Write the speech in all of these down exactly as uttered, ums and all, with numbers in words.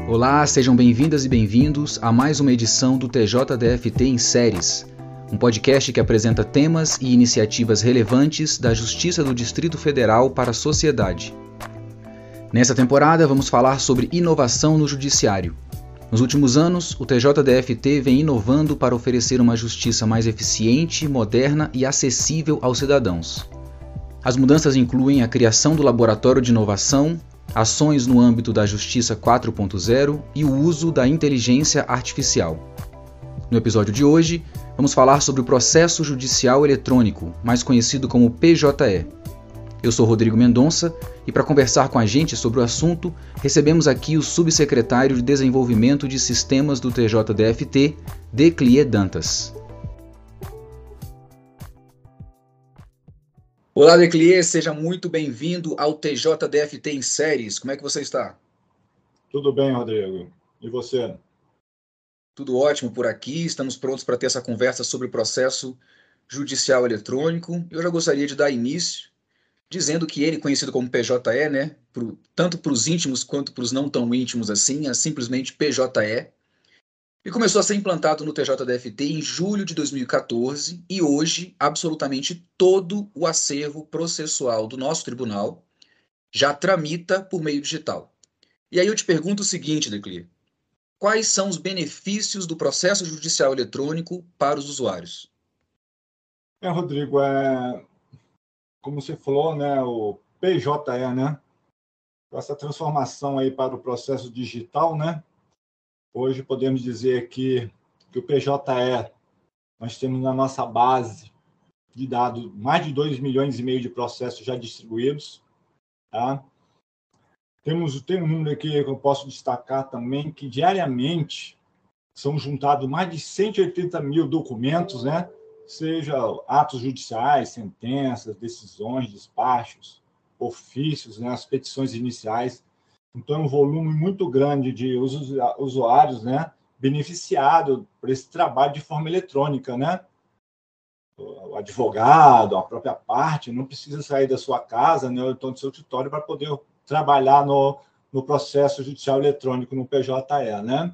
Olá, sejam bem-vindas e bem-vindos a mais uma edição do T J D F T em Séries, um podcast que apresenta temas e iniciativas relevantes da Justiça do Distrito Federal para a sociedade. Nessa temporada, vamos falar sobre inovação no Judiciário. Nos últimos anos, o T J D F T vem inovando para oferecer uma justiça mais eficiente, moderna e acessível aos cidadãos. As mudanças incluem a criação do Laboratório de Inovação, ações no âmbito da Justiça quatro ponto zero e o uso da inteligência artificial. No episódio de hoje, vamos falar sobre o Processo Judicial Eletrônico, mais conhecido como P J E. Eu sou Rodrigo Mendonça e para conversar com a gente sobre o assunto, recebemos aqui o Subsecretário de Desenvolvimento de Sistemas do T J D F T, Declier Dantas. Olá, Declier, seja muito bem-vindo ao T J D F T em Séries. Como é que você está? Tudo bem, Rodrigo. E você? Tudo ótimo por aqui. Estamos prontos para ter essa conversa sobre o processo judicial eletrônico. Eu já gostaria de dar início dizendo que ele, conhecido como P J E, né, pro, tanto para os íntimos quanto para os não tão íntimos assim, é simplesmente P J E, e começou a ser implantado no T J D F T em julho de dois mil e quatorze, e hoje, absolutamente todo o acervo processual do nosso tribunal já tramita por meio digital. E aí eu te pergunto o seguinte, Declier, quais são os benefícios do processo judicial eletrônico para os usuários? É, Rodrigo, é... como você falou, né, o P J E, né, essa transformação aí para o processo digital, né, hoje podemos dizer que, que o P J E, nós temos na nossa base de dados mais de dois milhões e meio de processos já distribuídos, tá? Temos, tem um número aqui que eu posso destacar também, que diariamente são juntados mais de cento e oitenta mil documentos, né? Seja atos judiciais, sentenças, decisões, despachos, ofícios, né? As petições iniciais. Então, é um volume muito grande de usuários, né? Beneficiados por esse trabalho de forma eletrônica, né? O advogado, a própria parte, não precisa sair da sua casa, né? Ou então do seu escritório para poder trabalhar no, no processo judicial eletrônico, no P J E, né?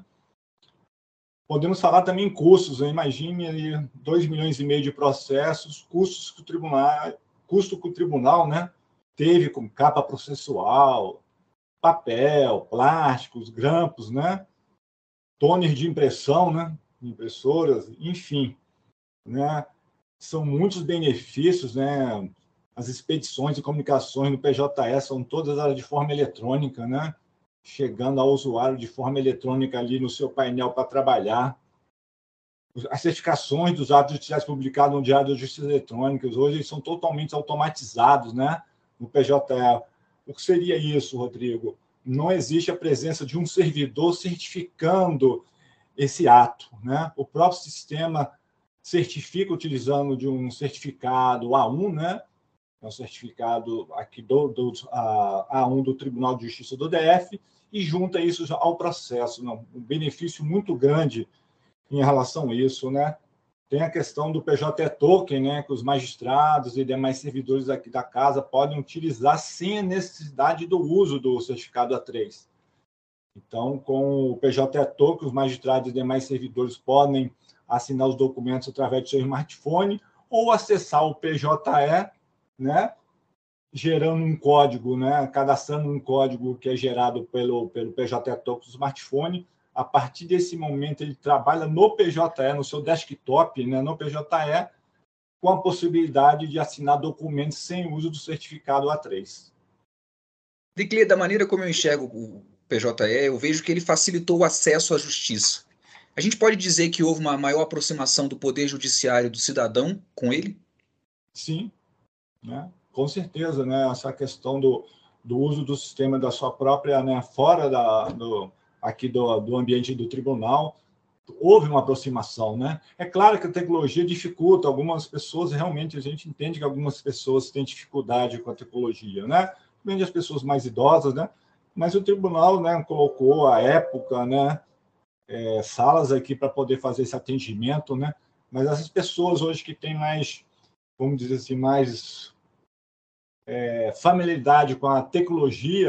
Podemos falar também em custos, né? Imagine ali dois milhões e meio de processos, custos que o tribunal, custo que o tribunal, né, teve com capa processual, papel, plásticos, grampos, né, toner de impressão, né, impressoras, enfim, né, são muitos benefícios, né, as expedições e comunicações no P J E são todas de forma eletrônica, né, chegando ao usuário de forma eletrônica ali no seu painel para trabalhar. As certificações dos atos judiciais publicados no Diário da Justiça Eletrônica, hoje são totalmente automatizados, né, no P J E. O que seria isso, Rodrigo? Não existe a presença de um servidor certificando esse ato, né? O próprio sistema certifica utilizando de um certificado A um, né? É um certificado aqui do, do A um do Tribunal de Justiça do D F, e junta isso ao processo. Não? Um benefício muito grande em relação a isso, né? Tem a questão do P J E Token, né, que os magistrados e demais servidores aqui da casa podem utilizar sem a necessidade do uso do certificado A três. Então, com o P J E Token, os magistrados e demais servidores podem assinar os documentos através do seu smartphone ou acessar o P J E, né, gerando um código, né, cadastrando um código que é gerado pelo, pelo P J E Token do smartphone. A partir desse momento, ele trabalha no P J E, no seu desktop, né, no P J E, com a possibilidade de assinar documentos sem uso do certificado A três. Declier, da maneira como eu enxergo o P J E, eu vejo que ele facilitou o acesso à justiça. A gente pode dizer que houve uma maior aproximação do poder judiciário do cidadão com ele? Sim, né, com certeza, né, essa questão do, do uso do sistema da sua própria, né, fora da, do, aqui do, do ambiente do tribunal, houve uma aproximação, né? É claro que a tecnologia dificulta, algumas pessoas, realmente, a gente entende que algumas pessoas têm dificuldade com a tecnologia, né? Principalmente as pessoas mais idosas, né? Mas o tribunal, né, colocou à época, né, é, salas aqui para poder fazer esse atendimento, né? Mas essas pessoas hoje que têm mais, vamos dizer assim, mais é, familiaridade com a tecnologia,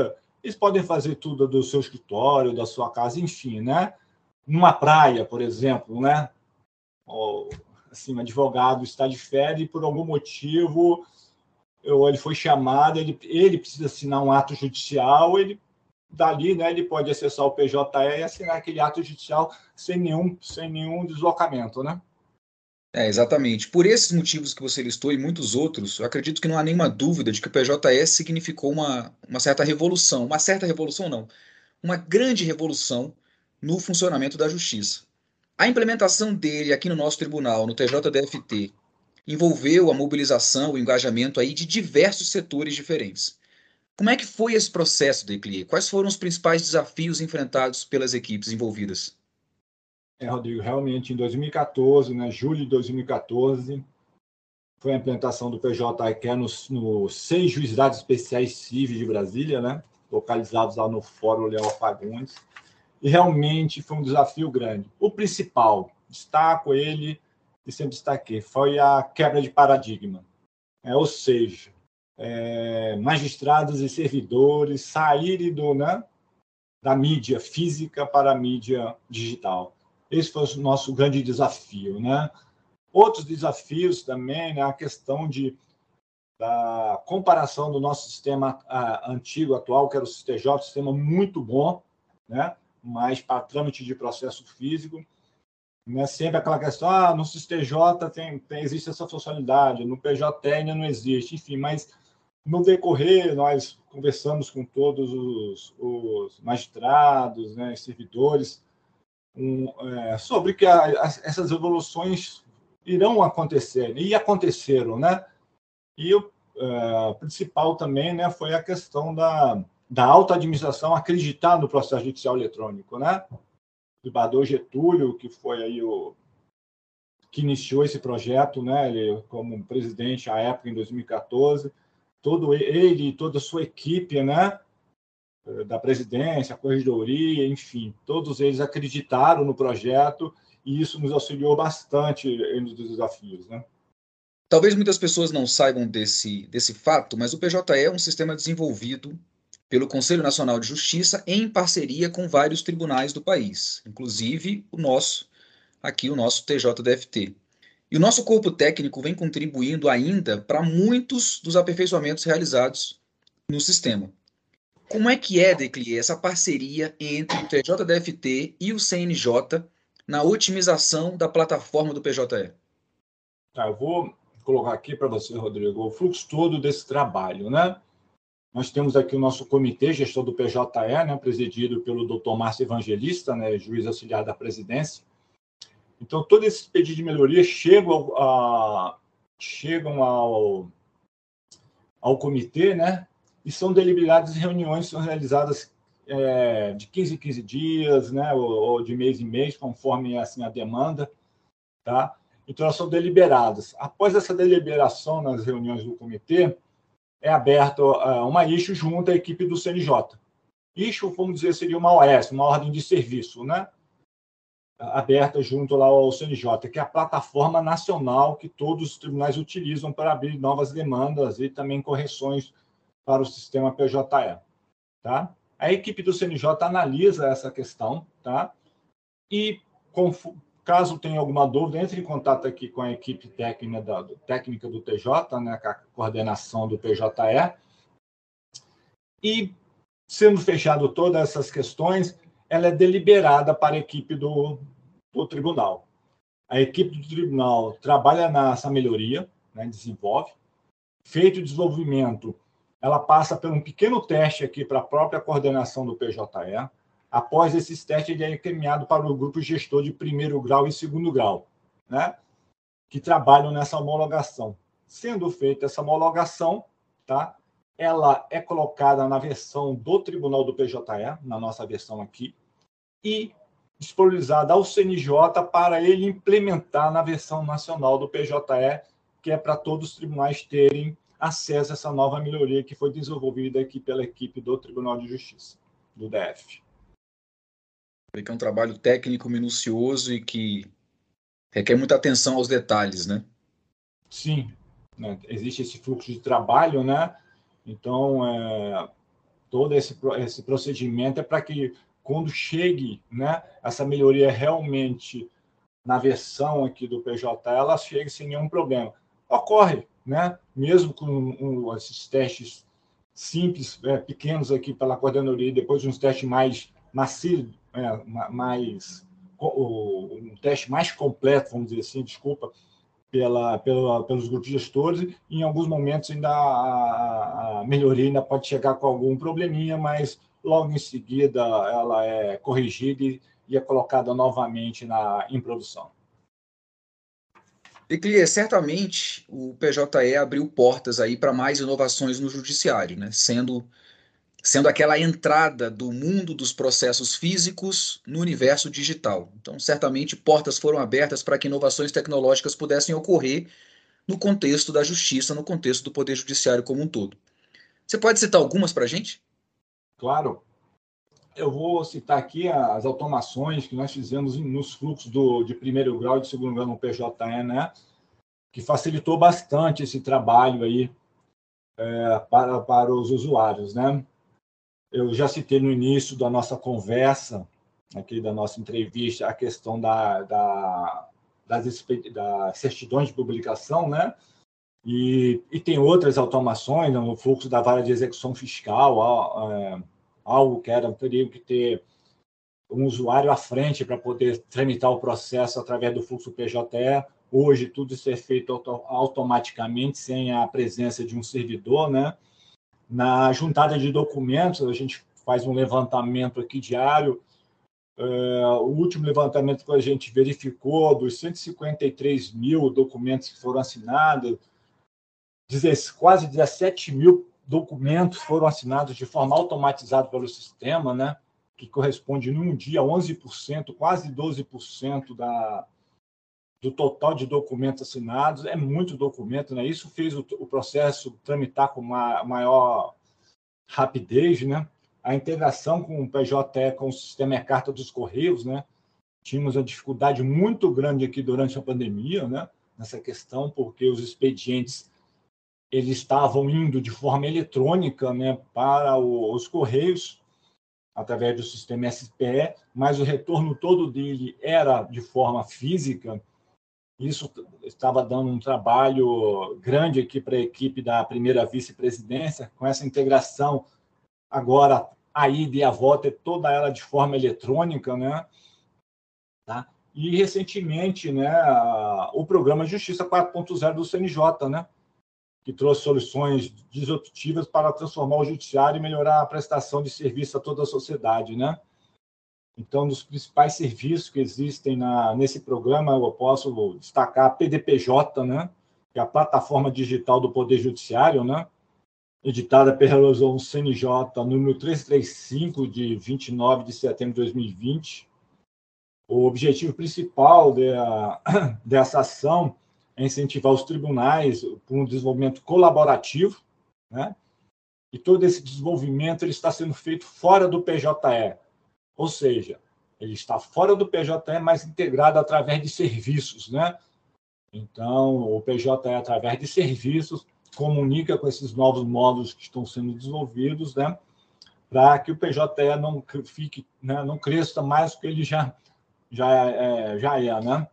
Eles podem fazer tudo do seu escritório, da sua casa, enfim, né? Numa praia, por exemplo, né? Ou, assim, um advogado está de férias e, por algum motivo, ou ele foi chamado, ele, ele precisa assinar um ato judicial, ele dali, né, ele pode acessar o P J E e assinar aquele ato judicial sem nenhum, sem nenhum deslocamento, né? É, exatamente. Por esses motivos que você listou e muitos outros, eu acredito que não há nenhuma dúvida de que o P J E significou uma, uma certa revolução, uma certa revolução não, uma grande revolução no funcionamento da justiça. A implementação dele aqui no nosso tribunal, no T J D F T, envolveu a mobilização, o engajamento aí de diversos setores diferentes. Como é que foi esse processo, Declier? Quais foram os principais desafios enfrentados pelas equipes envolvidas? É, Rodrigo, realmente, em dois mil e quatorze, né, julho de dois mil e quatorze, foi a implantação do P J E, que é nos no seis juizados especiais cíveis de Brasília, né, localizados lá no Fórum Leal Fagundes, e realmente foi um desafio grande. O principal, destaco ele, e sempre destaquei, foi a quebra de paradigma. É, ou seja, é, magistrados e servidores saírem do, né, da mídia física para a mídia digital. Esse foi o nosso grande desafio, né? Outros desafios também, né, a questão de, da comparação do nosso sistema a, antigo, atual, que era o C T J, um sistema muito bom, né, mas para trâmite de processo físico, né, sempre aquela questão, ah, no C T J tem, tem, existe essa funcionalidade, no P J ainda não existe, enfim, mas no decorrer, nós conversamos com todos os, os magistrados, né, servidores, um, é, sobre que a, a, essas evoluções irão acontecer, e aconteceram, né? E o é, principal também, né, foi a questão da, da alta administração acreditar no processo judicial eletrônico, né? O Bador Getúlio, que foi aí o que iniciou esse projeto, né? Ele como presidente à época em dois mil e quatorze, todo ele e toda a sua equipe, né, da presidência, a corregedoria, enfim, todos eles acreditaram no projeto e isso nos auxiliou bastante nos desafios, né? Talvez muitas pessoas não saibam desse, desse fato, mas o P J E é um sistema desenvolvido pelo Conselho Nacional de Justiça em parceria com vários tribunais do país, inclusive o nosso, aqui o nosso T J D F T. E o nosso corpo técnico vem contribuindo ainda para muitos dos aperfeiçoamentos realizados no sistema. Como é que é, Declier, essa parceria entre o T J D F T e o C N J na otimização da plataforma do P J E? Tá, eu vou colocar aqui para você, Rodrigo, o fluxo todo desse trabalho, né? Nós temos aqui o nosso comitê gestor do P J E, né, presidido pelo doutor Márcio Evangelista, né, juiz auxiliar da presidência. Então, todos esses pedidos de melhoria chegam, a, chegam ao, ao comitê, né, e são deliberados em reuniões, são realizadas é, de quinze em quinze dias, né, ou, ou de mês em mês, conforme assim, a demanda. Tá? Então, elas são deliberadas. Após essa deliberação nas reuniões do comitê, é aberta uh, uma issue junto à equipe do C N J. Issue, vamos dizer, seria uma O S, uma ordem de serviço, né? Aberta junto lá ao C N J, que é a plataforma nacional que todos os tribunais utilizam para abrir novas demandas e também correções para o sistema P J E. Tá? A equipe do C N J analisa essa questão, tá? E, caso tenha alguma dúvida, entre em contato aqui com a equipe técnica, da, técnica do T J, né, com a coordenação do P J E. E, sendo fechado todas essas questões, ela é deliberada para a equipe do, do tribunal. A equipe do tribunal trabalha nessa melhoria, né, desenvolve. Feito o desenvolvimento, ela passa por um pequeno teste aqui para a própria coordenação do P J E. Após esses testes, ele é encaminhado para o grupo gestor de primeiro grau e segundo grau, né, que trabalham nessa homologação. Sendo feita essa homologação, tá, ela é colocada na versão do Tribunal do P J E, na nossa versão aqui, e disponibilizada ao C N J para ele implementar na versão nacional do P J E, que é para todos os tribunais terem acesso a essa nova melhoria que foi desenvolvida aqui pela equipe do Tribunal de Justiça, do D F. Que é um trabalho técnico minucioso e que requer muita atenção aos detalhes, né? Sim, né? Existe esse fluxo de trabalho, né? Então, é, Todo esse, esse procedimento é para que, quando chegue, né, essa melhoria realmente na versão aqui do P J, ela chegue sem nenhum problema. Ocorre, né, mesmo com um, esses testes simples, é, pequenos aqui pela coordenadoria, e depois uns testes mais macios, é, mais, um teste mais completo, vamos dizer assim, desculpa, pela, pela, pelos grupos gestores, e em alguns momentos ainda a, a melhoria ainda pode chegar com algum probleminha, mas logo em seguida ela é corrigida e, e é colocada novamente na, em produção. E certamente o P J E abriu portas aí para mais inovações no judiciário, né? Sendo, sendo aquela entrada do mundo dos processos físicos no universo digital. Então, certamente portas foram abertas para que inovações tecnológicas pudessem ocorrer no contexto da justiça, no contexto do Poder Judiciário como um todo. Você pode citar algumas para a gente? Claro. Eu vou citar aqui as automações que nós fizemos nos fluxos do, de primeiro grau e de segundo grau no P J E, né? Que facilitou bastante esse trabalho aí é, para, para os usuários, né? Eu já citei no início da nossa conversa, aqui da nossa entrevista, a questão da, da, das, das certidões de publicação, né? E, e tem outras automações no fluxo da vara de execução fiscal, é, algo que era, teria que ter um usuário à frente para poder tramitar o processo através do fluxo P J E. Hoje, tudo isso é feito auto automaticamente, sem a presença de um servidor, né? Na juntada de documentos, a gente faz um levantamento aqui diário. É, o último levantamento que a gente verificou, dos cento e cinquenta e três mil documentos que foram assinados, quase dezessete mil documentos foram assinados de forma automatizada pelo sistema, né? Que corresponde, num dia, a onze por cento, quase doze por cento da, do total de documentos assinados. É muito documento, né? Isso fez o, o processo tramitar com uma maior rapidez, né? A integração com o P J E, com o sistema E-Carta dos Correios, né? Tínhamos uma dificuldade muito grande aqui durante a pandemia, né? Nessa questão, porque os expedientes eles estavam indo de forma eletrônica, né, para o, os Correios, através do sistema S P E, mas o retorno todo dele era de forma física. Isso estava dando um trabalho grande aqui para a equipe da primeira vice-presidência, com essa integração agora, a ida e a volta, toda ela de forma eletrônica, né? Tá? E, recentemente, né, o programa Justiça quatro ponto zero do C N J, né, que trouxe soluções disruptivas para transformar o judiciário e melhorar a prestação de serviço a toda a sociedade, né? Então, um dos principais serviços que existem na, nesse programa, eu posso destacar a P D P J, né? Que é a Plataforma Digital do Poder Judiciário, né? Editada pela resolução C N J número trezentos e trinta e cinco, de vinte e nove de setembro de dois mil e vinte. O objetivo principal de, dessa ação é incentivar os tribunais para um desenvolvimento colaborativo, né? E todo esse desenvolvimento ele está sendo feito fora do P J E, ou seja, ele está fora do P J E, mas integrado através de serviços, né? Então, o P J E, através de serviços, comunica com esses novos módulos que estão sendo desenvolvidos, né? Para que o P J E não fique, né, não cresça mais do que ele já, já, é, já é, né?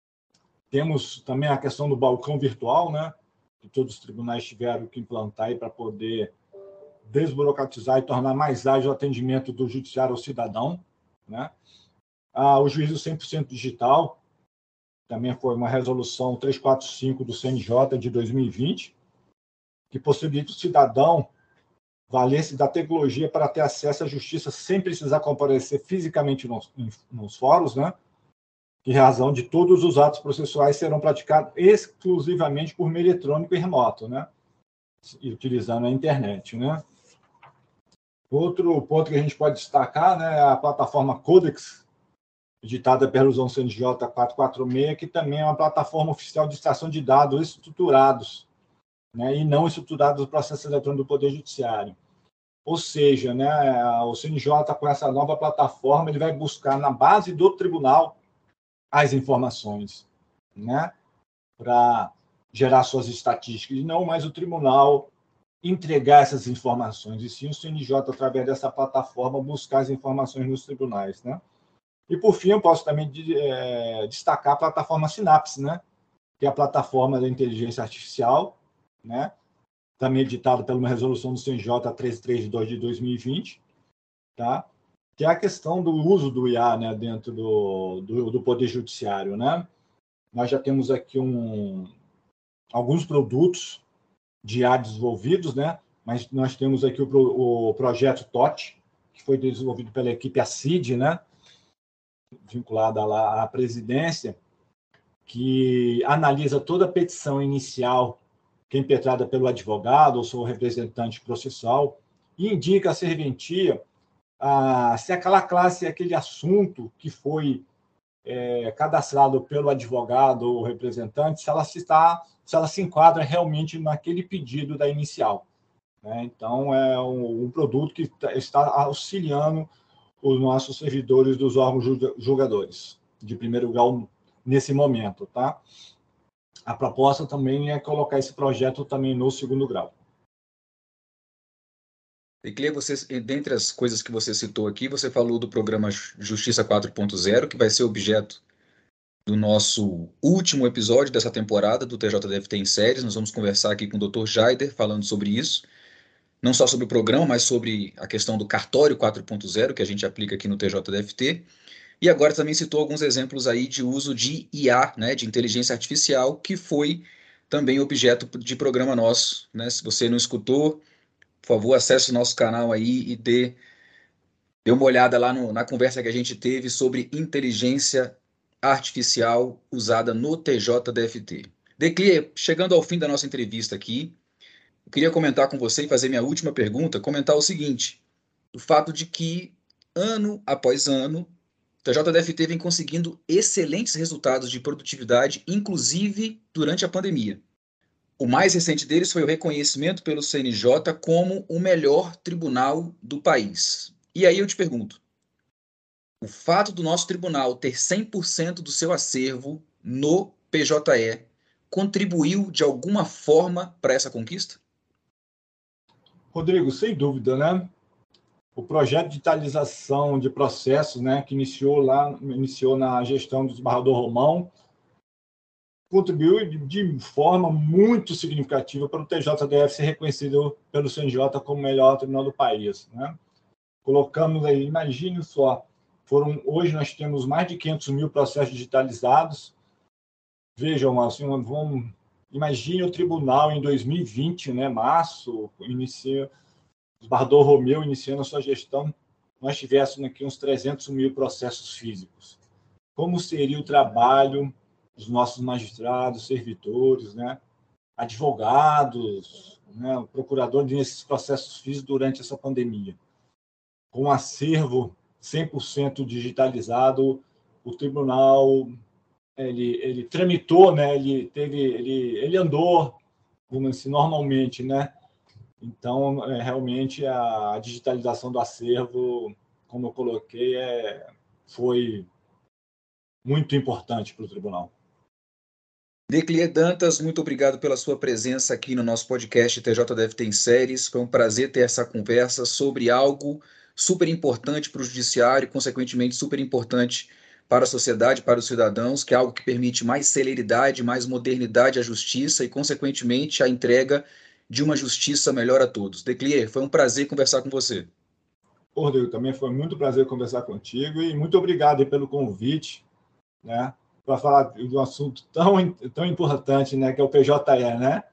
Temos também a questão do balcão virtual, né? Que todos os tribunais tiveram que implantar para poder desburocratizar e tornar mais ágil o atendimento do judiciário ao cidadão, né? Ah, o juízo cem por cento digital, também foi uma resolução trezentos e quarenta e cinco do C N J de dois mil e vinte, que possibilita o cidadão valer-se da tecnologia para ter acesso à justiça sem precisar comparecer fisicamente nos, nos fóruns, né? Em razão de todos os atos processuais serão praticados exclusivamente por meio eletrônico e remoto, né? E utilizando a internet, né? Outro ponto que a gente pode destacar, né, é a plataforma Codex, editada pela resolução C N J quatrocentos e quarenta e seis, que também é uma plataforma oficial de extração de dados estruturados, né, e não estruturados do processo eletrônico do Poder Judiciário. Ou seja, né, o C N J, com essa nova plataforma, ele vai buscar na base do tribunal as informações, né, para gerar suas estatísticas, e não mais o tribunal entregar essas informações, e sim o C N J, através dessa plataforma, buscar as informações nos tribunais, né? E, por fim, eu posso também é, destacar a plataforma Sinapse, né? Que é a plataforma da inteligência artificial, né? Também editada pela uma resolução do C N J trezentos e trinta e dois de dois mil e vinte, tá? Que é a questão do uso do I A, né, dentro do, do, do Poder Judiciário, né? Nós já temos aqui um, alguns produtos de I A desenvolvidos, né? Mas nós temos aqui o, o projeto T O T, que foi desenvolvido pela equipe A C I D, né? Vinculada lá à presidência, que analisa toda a petição inicial que é impetrada pelo advogado ou seu representante processual e indica à serventia ah, se aquela classe, aquele assunto que foi é, cadastrado pelo advogado ou representante, se ela se, está, se ela se enquadra realmente naquele pedido da inicial, né? Então, é um, um produto que está auxiliando os nossos servidores dos órgãos julgadores de primeiro grau nesse momento, tá? A proposta também é colocar esse projeto também no segundo grau. Declia, você, dentre as coisas que você citou aqui, você falou do programa Justiça quatro ponto zero, que vai ser objeto do nosso último episódio dessa temporada do T J D F T em séries. Nós vamos conversar aqui com o doutor Jaider, falando sobre isso. Não só sobre o programa, mas sobre a questão do cartório quatro ponto zero, que a gente aplica aqui no T J D F T. E agora também citou alguns exemplos aí de uso de I A, né, de inteligência artificial, que foi também objeto de programa nosso, né? Se você não escutou, por favor, acesse o nosso canal aí e dê, dê uma olhada lá no, na conversa que a gente teve sobre inteligência artificial usada no T J D F T. Declia, chegando ao fim da nossa entrevista aqui, eu queria comentar com você e fazer minha última pergunta, comentar o seguinte: o fato de que, ano após ano, o T J D F T vem conseguindo excelentes resultados de produtividade, inclusive durante a pandemia. O mais recente deles foi o reconhecimento pelo C N J como o melhor tribunal do país. E aí eu te pergunto, o fato do nosso tribunal ter cem por cento do seu acervo no P J E contribuiu de alguma forma para essa conquista? Rodrigo, sem dúvida, né? O projeto de digitalização de processos, né, que iniciou lá, iniciou na gestão do desembargador Romão, contribuiu de forma muito significativa para o T J D F ser reconhecido pelo C N J como o melhor tribunal do país, né? Colocamos aí, imagine só, foram, hoje nós temos mais de quinhentos mil processos digitalizados. Vejam, assim, vamos, imagine o tribunal em dois mil e vinte, né, março, inicia, o desembargador Romeu iniciando a sua gestão, nós tivéssemos aqui uns trezentos mil processos físicos. Como seria o trabalho dos nossos magistrados, servidores, né, advogados, né, procuradores nesses processos físicos durante essa pandemia? Com um acervo cem por cento digitalizado, o tribunal ele, ele tramitou, né, ele, teve, ele, ele andou, como assim, normalmente, né? Então, é, realmente, a digitalização do acervo, como eu coloquei, é, foi muito importante para o tribunal. Declia Dantas, muito obrigado pela sua presença aqui no nosso podcast T J D F T em séries. Foi um prazer ter essa conversa sobre algo super importante para o judiciário e, consequentemente, super importante para a sociedade, para os cidadãos, que é algo que permite mais celeridade, mais modernidade à justiça e, consequentemente, a entrega de uma justiça melhor a todos. Declia, foi um prazer conversar com você. Rodrigo, também foi muito prazer conversar contigo e muito obrigado pelo convite, né, para falar de um assunto tão, tão importante, né, que é o P J E, né?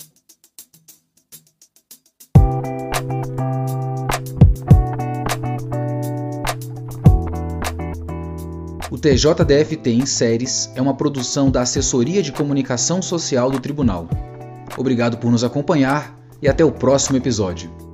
O T J D F T em séries é uma produção da Assessoria de Comunicação Social do Tribunal. Obrigado por nos acompanhar e até o próximo episódio.